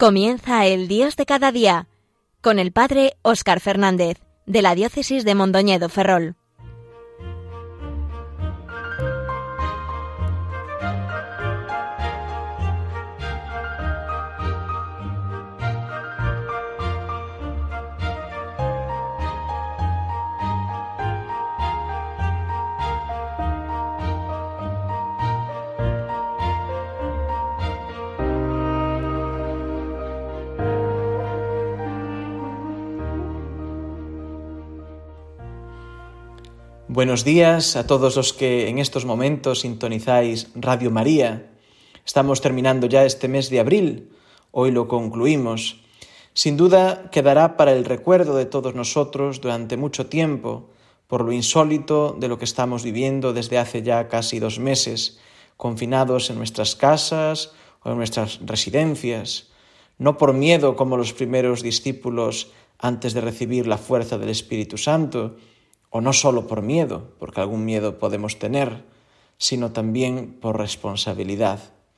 Comienza el Dios de cada día con el Padre Óscar Fernández, de la Diócesis de Mondoñedo, Ferrol. Buenos días a todos los que en estos momentos sintonizáis Radio María. Estamos terminando ya este mes de abril, hoy lo concluimos. Sin duda quedará para el recuerdo de todos nosotros durante mucho tiempo, por lo insólito de lo que estamos viviendo desde hace ya casi 2 meses, confinados en nuestras casas o en nuestras residencias, no por miedo como los primeros discípulos antes de recibir la fuerza del Espíritu Santo, o no solo por miedo, porque algún miedo podemos tener, sino también por responsabilidad.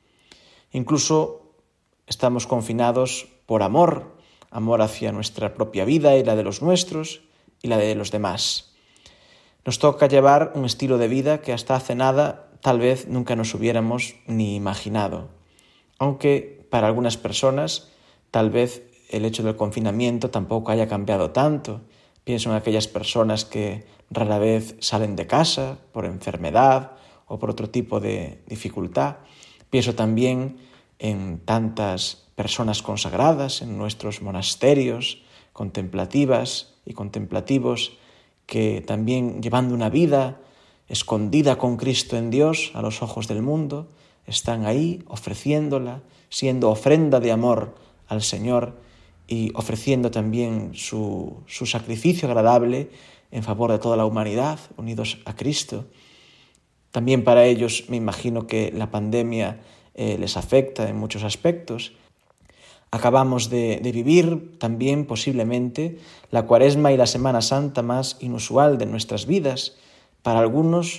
Incluso estamos confinados por amor hacia nuestra propia vida y la de los nuestros y la de los demás. Nos toca llevar un estilo de vida que hasta hace nada tal vez nunca nos hubiéramos ni imaginado. Aunque para algunas personas tal vez el hecho del confinamiento tampoco haya cambiado tanto. Pienso en aquellas personas que rara vez salen de casa por enfermedad o por otro tipo de dificultad. Pienso también en tantas personas consagradas en nuestros monasterios, contemplativas y contemplativos, que también llevando una vida escondida con Cristo en Dios a los ojos del mundo, están ahí ofreciéndola, siendo ofrenda de amor al Señor, y ofreciendo también su sacrificio agradable en favor de toda la humanidad, unidos a Cristo. También para ellos me imagino que la pandemia les afecta en muchos aspectos. Acabamos de vivir también posiblemente la Cuaresma y la Semana Santa más inusual de nuestras vidas. Para algunos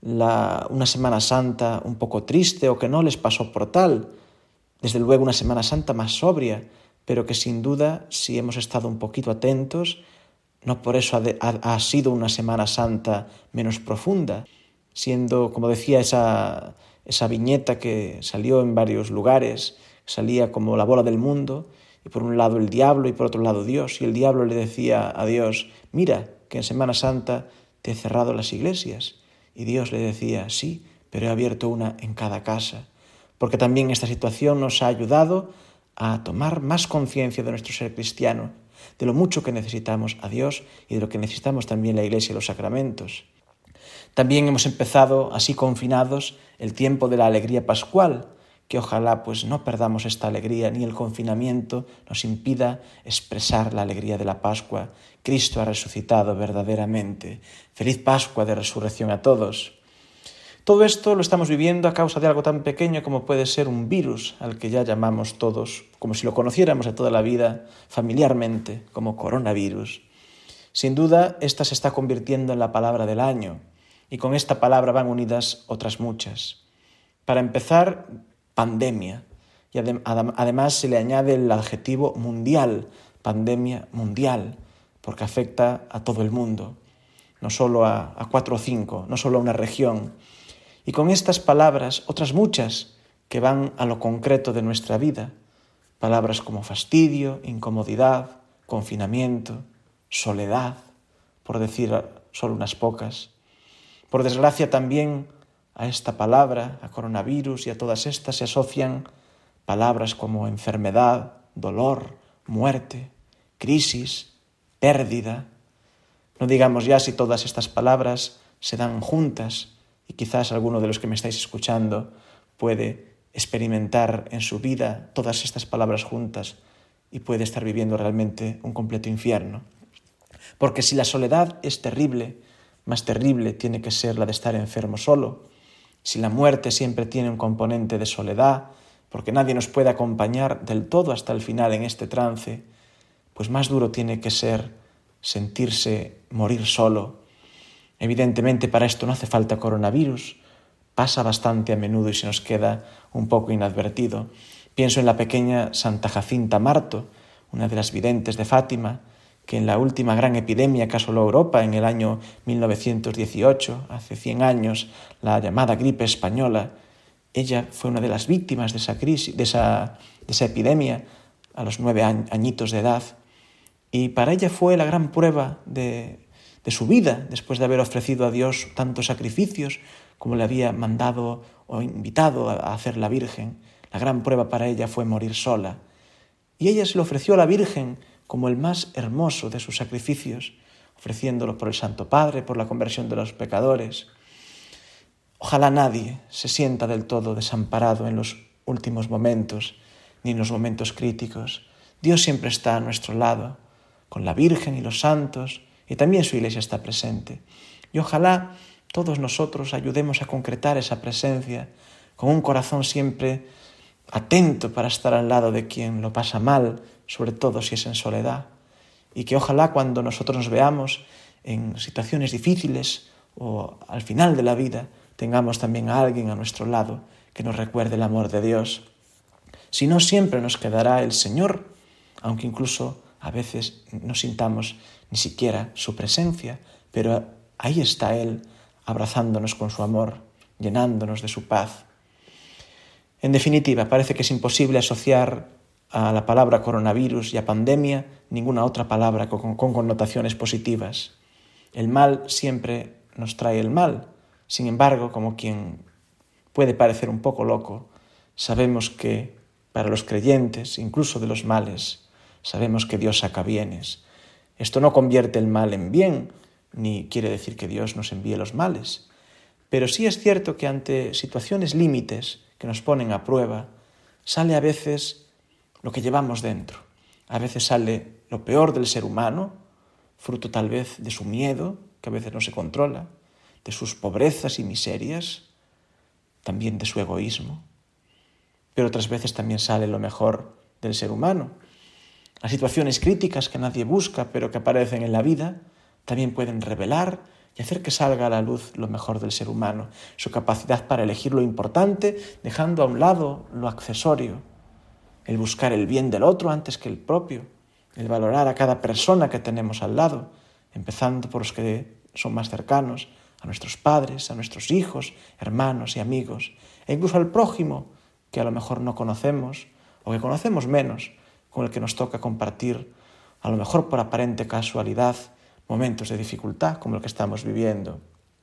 una Semana Santa un poco triste o que no les pasó por tal. Desde luego una Semana Santa más sobria, pero que sin duda, si hemos estado un poquito atentos, no por eso ha sido una Semana Santa menos profunda, siendo, como decía esa viñeta que salió en varios lugares, salía como la bola del mundo, y por un lado el diablo y por otro lado Dios, y el diablo le decía a Dios: mira, que en Semana Santa te he cerrado las iglesias, y Dios le decía: sí, pero he abierto una en cada casa, porque también esta situación nos ha ayudado a tomar más conciencia de nuestro ser cristiano, de lo mucho que necesitamos a Dios y de lo que necesitamos también la Iglesia y los sacramentos. También hemos empezado, así confinados, el tiempo de la alegría pascual, que ojalá pues no perdamos esta alegría ni el confinamiento nos impida expresar la alegría de la Pascua. Cristo ha resucitado verdaderamente. Feliz Pascua de Resurrección a todos. Todo esto lo estamos viviendo a causa de algo tan pequeño como puede ser un virus, al que ya llamamos todos, como si lo conociéramos de toda la vida, familiarmente, como coronavirus. Sin duda, esta se está convirtiendo en la palabra del año, y con esta palabra van unidas otras muchas. Para empezar, pandemia, y además se le añade el adjetivo mundial, pandemia mundial, porque afecta a todo el mundo, no solo a 4 o 5, no solo a una región. Y con estas palabras, otras muchas que van a lo concreto de nuestra vida. Palabras como fastidio, incomodidad, confinamiento, soledad, por decir solo unas pocas. Por desgracia también a esta palabra, a coronavirus y a todas estas se asocian palabras como enfermedad, dolor, muerte, crisis, pérdida. No digamos ya si todas estas palabras se dan juntas, y quizás alguno de los que me estáis escuchando puede experimentar en su vida todas estas palabras juntas y puede estar viviendo realmente un completo infierno. Porque si la soledad es terrible, más terrible tiene que ser la de estar enfermo solo. Si la muerte siempre tiene un componente de soledad, porque nadie nos puede acompañar del todo hasta el final en este trance, pues más duro tiene que ser sentirse morir solo. Evidentemente para esto no hace falta coronavirus, pasa bastante a menudo y se nos queda un poco inadvertido, Pienso en la pequeña Santa Jacinta Marto, una de las videntes de Fátima, que en la última gran epidemia que asoló Europa en el año 1918, hace 100 años, la llamada gripe española, ella fue una de las víctimas de esa crisis, de esa epidemia, a los 9 añitos de edad. Y para ella fue la gran prueba de su vida, después de haber ofrecido a Dios tantos sacrificios como le había mandado o invitado a hacer la Virgen. La gran prueba para ella fue morir sola. Y ella se lo ofreció a la Virgen como el más hermoso de sus sacrificios, ofreciéndolo por el Santo Padre, por la conversión de los pecadores. Ojalá nadie se sienta del todo desamparado en los últimos momentos, ni en los momentos críticos. Dios siempre está a nuestro lado, con la Virgen y los santos, y también su Iglesia está presente. Y ojalá todos nosotros ayudemos a concretar esa presencia, con un corazón siempre atento para estar al lado de quien lo pasa mal, sobre todo si es en soledad. Y que ojalá cuando nosotros nos veamos en situaciones difíciles o al final de la vida, tengamos también a alguien a nuestro lado que nos recuerde el amor de Dios. Si no, siempre nos quedará el Señor, aunque incluso a veces no sintamos ni siquiera su presencia, pero ahí está Él, abrazándonos con su amor, llenándonos de su paz. En definitiva, parece que es imposible asociar a la palabra coronavirus y a pandemia ninguna otra palabra con connotaciones positivas. El mal siempre nos trae el mal. Sin embargo, como quien puede parecer un poco loco, sabemos que para los creyentes, incluso de los males, sabemos que Dios saca bienes. Esto no convierte el mal en bien, ni quiere decir que Dios nos envíe los males. Pero sí es cierto que ante situaciones límites que nos ponen a prueba, sale a veces lo que llevamos dentro. A veces sale lo peor del ser humano, fruto tal vez de su miedo, que a veces no se controla, de sus pobrezas y miserias, también de su egoísmo. Pero otras veces también sale lo mejor del ser humano. Las situaciones críticas que nadie busca, pero que aparecen en la vida, también pueden revelar y hacer que salga a la luz lo mejor del ser humano, su capacidad para elegir lo importante, dejando a un lado lo accesorio, el buscar el bien del otro antes que el propio, el valorar a cada persona que tenemos al lado, empezando por los que son más cercanos, a nuestros padres, a nuestros hijos, hermanos y amigos, e incluso al prójimo, que a lo mejor no conocemos o que conocemos menos, con el que nos toca compartir, a lo mejor por aparente casualidad, momentos de dificultad como el que estamos viviendo.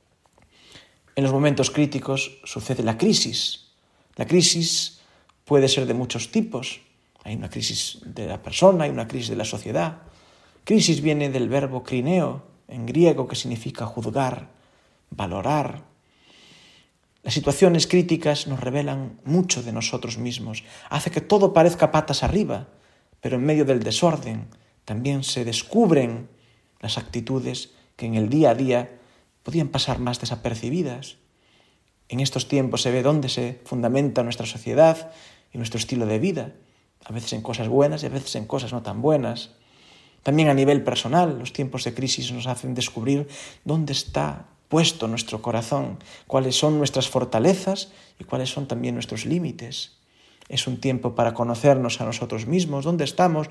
En los momentos críticos sucede la crisis. La crisis puede ser de muchos tipos. Hay una crisis de la persona, hay una crisis de la sociedad. Crisis viene del verbo crineo, en griego, que significa juzgar, valorar. Las situaciones críticas nos revelan mucho de nosotros mismos. Hace que todo parezca patas arriba, pero en medio del desorden también se descubren las actitudes que en el día a día podían pasar más desapercibidas. En estos tiempos se ve dónde se fundamenta nuestra sociedad y nuestro estilo de vida, a veces en cosas buenas y a veces en cosas no tan buenas. También a nivel personal, los tiempos de crisis nos hacen descubrir dónde está puesto nuestro corazón, cuáles son nuestras fortalezas y cuáles son también nuestros límites. Es un tiempo para conocernos a nosotros mismos, dónde estamos.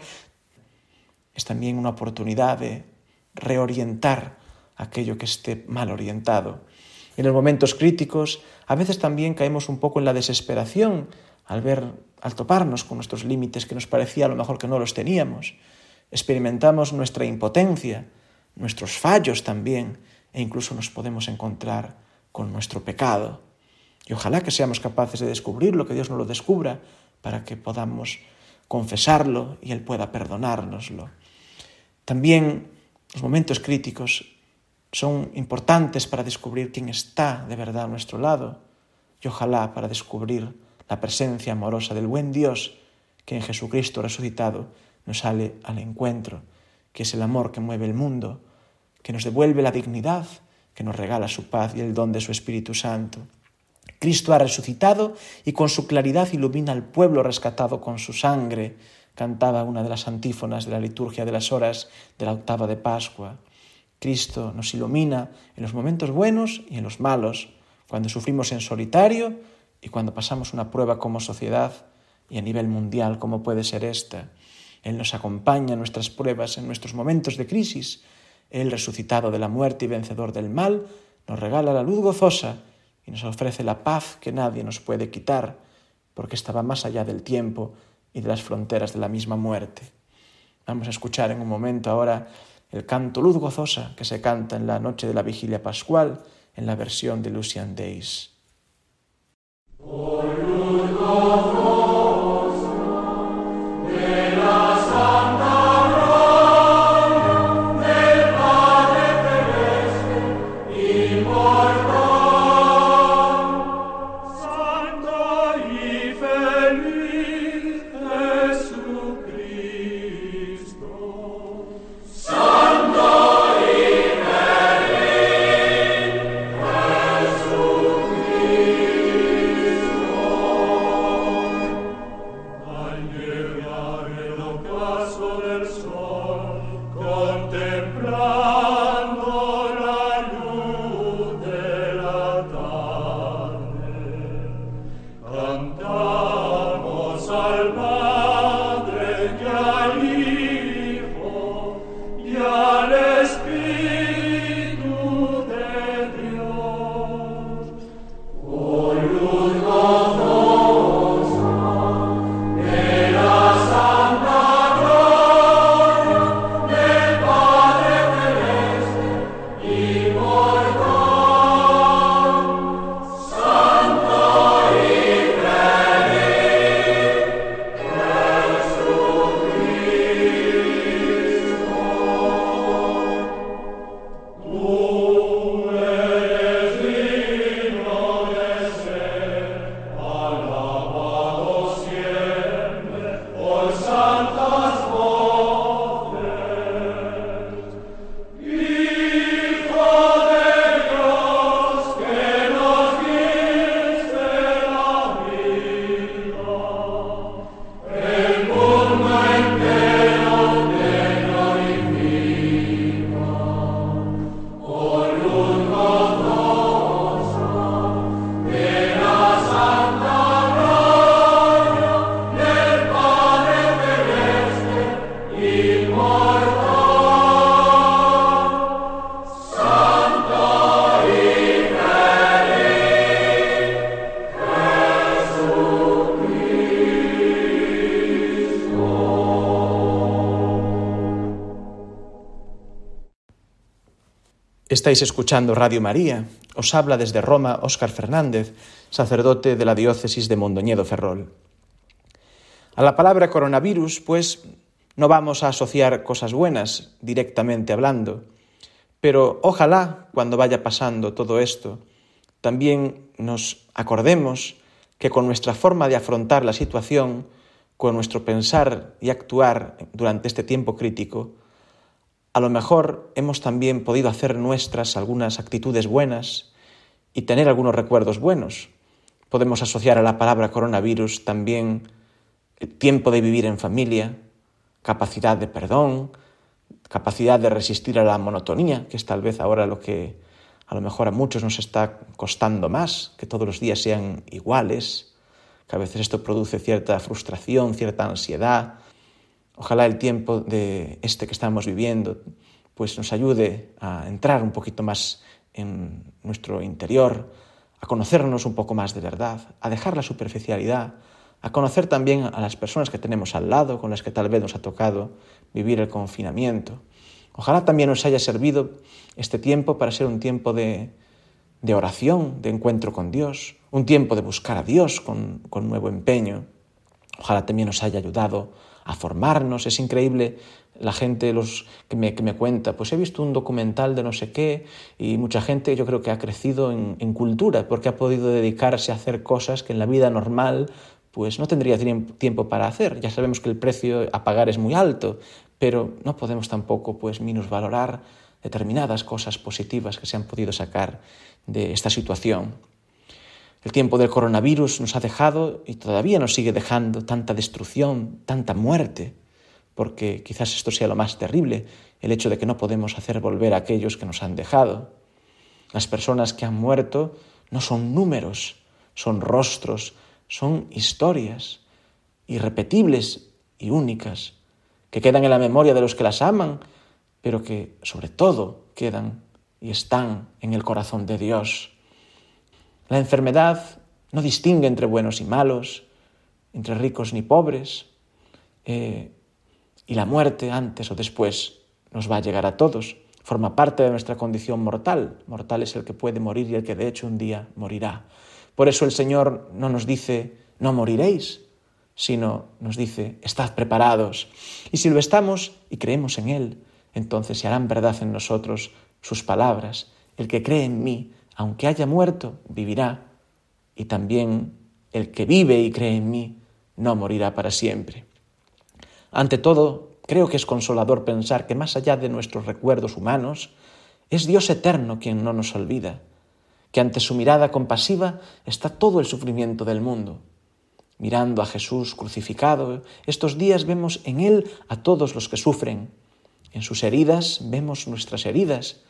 Es también una oportunidad de reorientar aquello que esté mal orientado. En los momentos críticos, a veces también caemos un poco en la desesperación al toparnos con nuestros límites que nos parecía a lo mejor que no los teníamos. Experimentamos nuestra impotencia, nuestros fallos también, e incluso nos podemos encontrar con nuestro pecado. Y ojalá que seamos capaces de descubrirlo, que Dios nos lo descubra, para que podamos confesarlo y Él pueda perdonárnoslo. También los momentos críticos son importantes para descubrir quién está de verdad a nuestro lado y ojalá para descubrir la presencia amorosa del buen Dios que en Jesucristo resucitado nos sale al encuentro, que es el amor que mueve el mundo, que nos devuelve la dignidad, que nos regala su paz y el don de su Espíritu Santo. Cristo ha resucitado y con su claridad ilumina al pueblo rescatado con su sangre, cantaba una de las antífonas de la liturgia de las horas de la octava de Pascua. Cristo nos ilumina en los momentos buenos y en los malos, cuando sufrimos en solitario y cuando pasamos una prueba como sociedad, y a nivel mundial como puede ser esta. Él nos acompaña en nuestras pruebas, en nuestros momentos de crisis. Él, resucitado de la muerte y vencedor del mal, nos regala la luz gozosa y nos ofrece la paz que nadie nos puede quitar, porque estaba más allá del tiempo y de las fronteras de la misma muerte. Vamos a escuchar en un momento ahora el canto Luz Gozosa que se canta en la noche de la Vigilia Pascual en la versión de Lucian Days. Oh, luz gozosa de la Santa Gloria del Padre Celeste inmortal, Santo y feliz Jesucristo, Santo y feliz Jesucristo. Al llegar el ocaso del sol, contemplando la luz de la tarde, cantamos al Padre y al Hijo y al Espíritu de Dios. Oh, luz gozosa de la Santa Gloria del Padre Celeste inmortal, Santo y feliz Jesucristo. Tú eres digno de ser alabado siempre por santas voces. Hijo de Dios, que nos diste la vida, el mundo entero te glorifica. Oh, luz gozosa de la Santa Gloria del Padre Celeste inmortal, Santo y feliz Jesucristo. Estáis escuchando Radio María. Os habla desde Roma Óscar Fernández, sacerdote de la diócesis de Mondoñedo Ferrol. A la palabra coronavirus, pues, no vamos a asociar cosas buenas, directamente hablando, pero ojalá, cuando vaya pasando todo esto, también nos acordemos que con nuestra forma de afrontar la situación, con nuestro pensar y actuar durante este tiempo crítico, a lo mejor hemos también podido hacer nuestras algunas actitudes buenas y tener algunos recuerdos buenos. Podemos asociar a la palabra coronavirus también el tiempo de vivir en familia, capacidad de perdón, capacidad de resistir a la monotonía, que es tal vez ahora lo que a lo mejor a muchos nos está costando más, que todos los días sean iguales, que a veces esto produce cierta frustración, cierta ansiedad. Ojalá el tiempo de este que estamos viviendo pues nos ayude a entrar un poquito más en nuestro interior, a conocernos un poco más de verdad, a dejar la superficialidad, a conocer también a las personas que tenemos al lado, con las que tal vez nos ha tocado vivir el confinamiento. Ojalá también nos haya servido este tiempo para ser un tiempo de oración, de encuentro con Dios, un tiempo de buscar a Dios con nuevo empeño. Ojalá también nos haya ayudado a formarnos. Es increíble la gente que me cuenta, pues he visto un documental de no sé qué, y mucha gente yo creo que ha crecido en cultura porque ha podido dedicarse a hacer cosas que en la vida normal pues no tendría tiempo para hacer. Ya sabemos que el precio a pagar es muy alto, pero no podemos tampoco pues minusvalorar determinadas cosas positivas que se han podido sacar de esta situación. El tiempo del coronavirus nos ha dejado y todavía nos sigue dejando tanta destrucción, tanta muerte, porque quizás esto sea lo más terrible, el hecho de que no podemos hacer volver a aquellos que nos han dejado. Las personas que han muerto no son números, son rostros, son historias. irrepetibles y únicas, que quedan en la memoria de los que las aman, pero que sobre todo quedan y están en el corazón de Dios. La enfermedad no distingue entre buenos y malos, entre ricos ni pobres, y la muerte, antes o después, nos va a llegar a todos. Forma parte de nuestra condición mortal. Mortal es el que puede morir y el que de hecho un día morirá. Por eso el Señor no nos dice, no moriréis, sino nos dice, estad preparados. Y si lo estamos y creemos en Él, entonces se harán verdad en nosotros sus palabras. El que cree en mí, aunque haya muerto, vivirá. Y también el que vive y cree en mí, no morirá para siempre. Ante todo, creo que es consolador pensar que más allá de nuestros recuerdos humanos, es Dios eterno quien no nos olvida, que ante su mirada compasiva está todo el sufrimiento del mundo. Mirando a Jesús crucificado, estos días vemos en Él a todos los que sufren. En sus heridas vemos nuestras heridas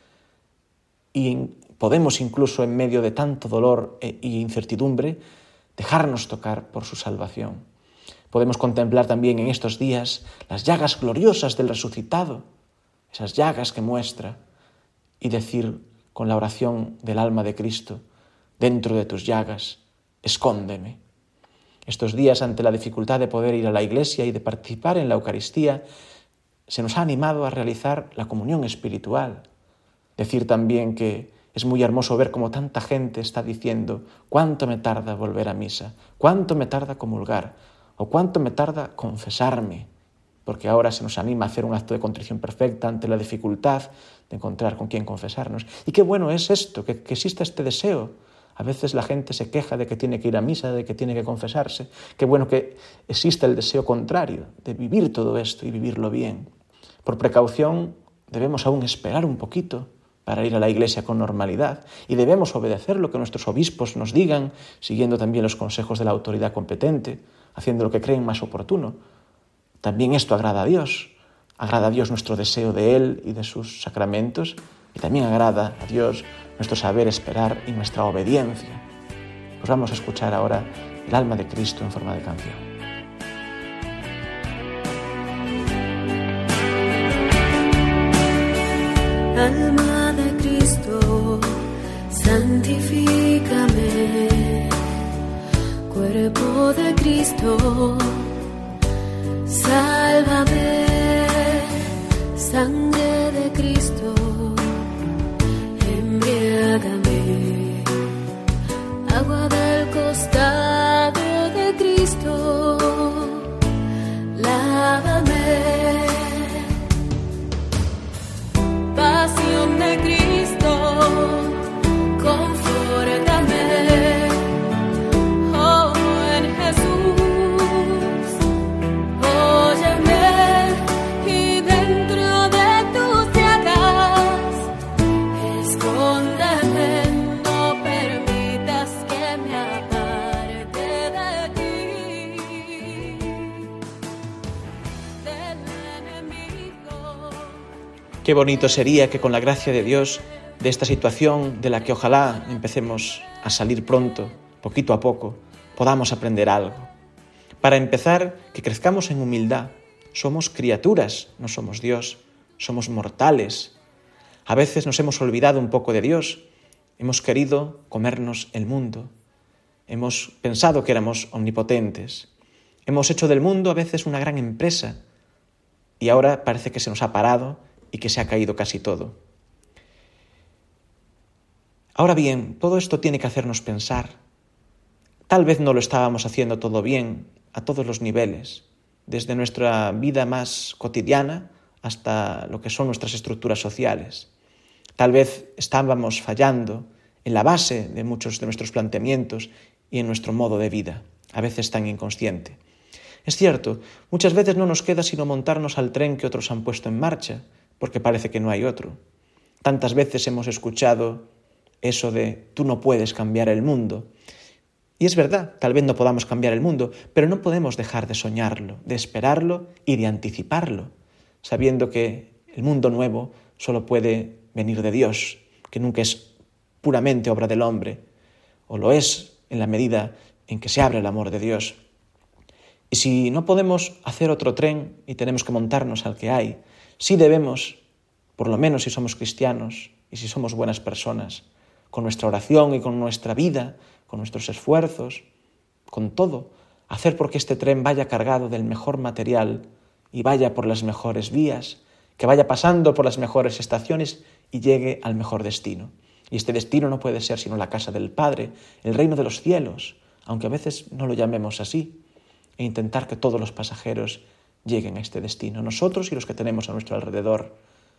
y podemos incluso en medio de tanto dolor e incertidumbre dejarnos tocar por su salvación. Podemos contemplar también en estos días las llagas gloriosas del resucitado, esas llagas que muestra, y decir con la oración del alma de Cristo, dentro de tus llagas, escóndeme. Estos días, ante la dificultad de poder ir a la iglesia y de participar en la Eucaristía, se nos ha animado a realizar la comunión espiritual. Decir también que es muy hermoso ver cómo tanta gente está diciendo cuánto me tarda volver a misa, cuánto me tarda comulgar, o cuánto me tarda confesarme, porque ahora se nos anima a hacer un acto de contrición perfecta ante la dificultad de encontrar con quién confesarnos. Y qué bueno es esto, que exista este deseo. A veces la gente se queja de que tiene que ir a misa, de que tiene que confesarse. Qué bueno que exista el deseo contrario, de vivir todo esto y vivirlo bien. Por precaución debemos aún esperar un poquito para ir a la iglesia con normalidad y debemos obedecer lo que nuestros obispos nos digan, siguiendo también los consejos de la autoridad competente, haciendo lo que creen más oportuno. También esto agrada a Dios nuestro deseo de Él y de sus sacramentos, y también agrada a Dios nuestro saber esperar y nuestra obediencia. Pues vamos a escuchar ahora el alma de Cristo en forma de canción. Alma de Cristo, santifícame. Cuerpo de Cristo, sálvame. Sangre de Cristo, embriágame. Agua del costado de Cristo, lávame. Pasión de Cristo, confórtame. Oh, en Jesús, óyeme, y dentro de tus llagas, escóndeme, no permitas que me aparte de ti, del enemigo. Qué bonito sería que con la gracia de Dios, de esta situación de la que ojalá empecemos a salir pronto, poquito a poco, podamos aprender algo. Para empezar, que crezcamos en humildad. Somos criaturas, no somos Dios, somos mortales. A veces nos hemos olvidado un poco de Dios, hemos querido comernos el mundo, hemos pensado que éramos omnipotentes, hemos hecho del mundo a veces una gran empresa y ahora parece que se nos ha parado y que se ha caído casi todo. Ahora bien, todo esto tiene que hacernos pensar. Tal vez no lo estábamos haciendo todo bien a todos los niveles, desde nuestra vida más cotidiana hasta lo que son nuestras estructuras sociales. Tal vez estábamos fallando en la base de muchos de nuestros planteamientos y en nuestro modo de vida, a veces tan inconsciente. Es cierto, muchas veces no nos queda sino montarnos al tren que otros han puesto en marcha, porque parece que no hay otro. Tantas veces hemos escuchado eso de tú no puedes cambiar el mundo. Y es verdad, tal vez no podamos cambiar el mundo, pero no podemos dejar de soñarlo, de esperarlo y de anticiparlo, sabiendo que el mundo nuevo solo puede venir de Dios, que nunca es puramente obra del hombre, o lo es en la medida en que se abre el amor de Dios. Y si no podemos hacer otro tren y tenemos que montarnos al que hay, sí debemos, por lo menos si somos cristianos y si somos buenas personas, con nuestra oración y con nuestra vida, con nuestros esfuerzos, con todo, hacer porque este tren vaya cargado del mejor material y vaya por las mejores vías, que vaya pasando por las mejores estaciones y llegue al mejor destino. Y este destino no puede ser sino la casa del Padre, el reino de los cielos, aunque a veces no lo llamemos así, e intentar que todos los pasajeros lleguen a este destino, nosotros y los que tenemos a nuestro alrededor.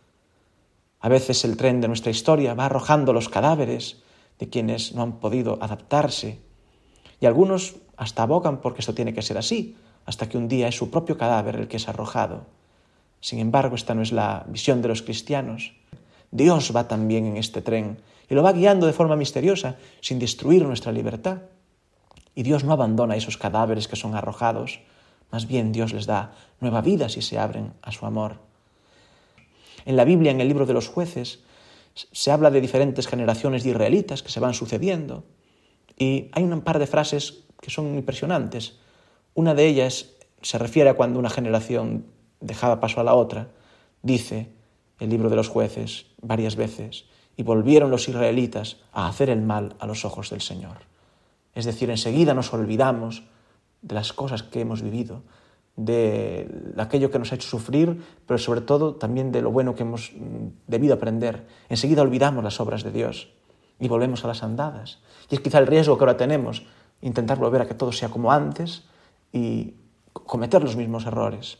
A veces el tren de nuestra historia va arrojando los cadáveres de quienes no han podido adaptarse, y algunos hasta abogan porque esto tiene que ser así, hasta que un día es su propio cadáver el que es arrojado. Sin embargo, esta no es la visión de los cristianos. Dios va también en este tren y lo va guiando de forma misteriosa, sin destruir nuestra libertad. Y Dios no abandona esos cadáveres que son arrojados, más bien Dios les da nueva vida si se abren a su amor. En la Biblia, en el libro de los Jueces, se habla de diferentes generaciones de israelitas que se van sucediendo, y hay un par de frases que son impresionantes. Una de ellas se refiere a cuando una generación dejaba paso a la otra. Dice el libro de los Jueces varias veces: y volvieron los israelitas a hacer el mal a los ojos del Señor. Es decir, enseguida nos olvidamos de las cosas que hemos vivido, de aquello que nos ha hecho sufrir, pero sobre todo también de lo bueno que hemos debido aprender. Enseguida olvidamos las obras de Dios y volvemos a las andadas. Y es quizá el riesgo que ahora tenemos, intentar volver a que todo sea como antes y cometer los mismos errores.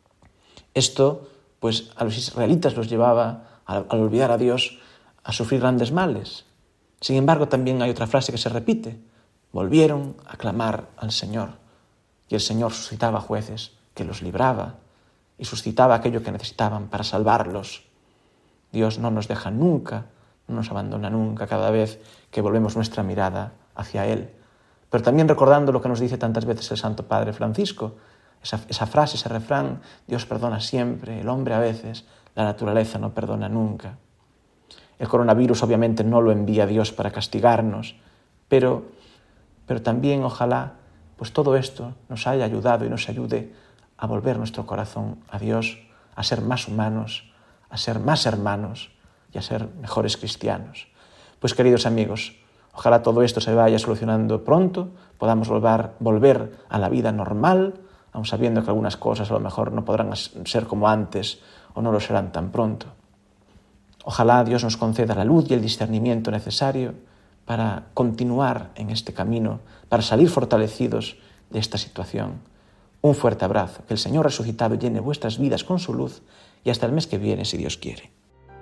Esto, pues, a los israelitas los llevaba, al olvidar a Dios, a sufrir grandes males. Sin embargo, también hay otra frase que se repite: volvieron a clamar al Señor, y el Señor suscitaba jueces que los libraba y suscitaba aquello que necesitaban para salvarlos. Dios no nos deja nunca, no nos abandona nunca cada vez que volvemos nuestra mirada hacia Él. Pero también recordando lo que nos dice tantas veces el Santo Padre Francisco, esa frase, ese refrán: Dios perdona siempre, el hombre a veces, la naturaleza no perdona nunca. El coronavirus obviamente no lo envía Dios para castigarnos, pero también ojalá pues todo esto nos haya ayudado y nos ayude a volver nuestro corazón a Dios, a ser más humanos, a ser más hermanos y a ser mejores cristianos. Pues queridos amigos, ojalá todo esto se vaya solucionando pronto, podamos volver a la vida normal, aun sabiendo que algunas cosas a lo mejor no podrán ser como antes o no lo serán tan pronto. Ojalá Dios nos conceda la luz y el discernimiento necesario para continuar en este camino, para salir fortalecidos de esta situación. Un fuerte abrazo, que el Señor resucitado llene vuestras vidas con su luz y hasta el mes que viene, si Dios quiere.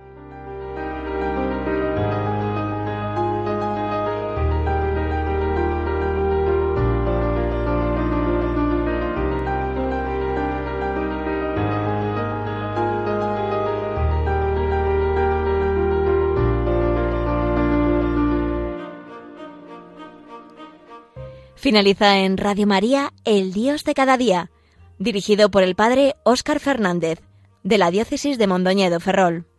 Finaliza en Radio María El Dios de cada día, dirigido por el padre Óscar Fernández, de la Diócesis de Mondoñedo, Ferrol.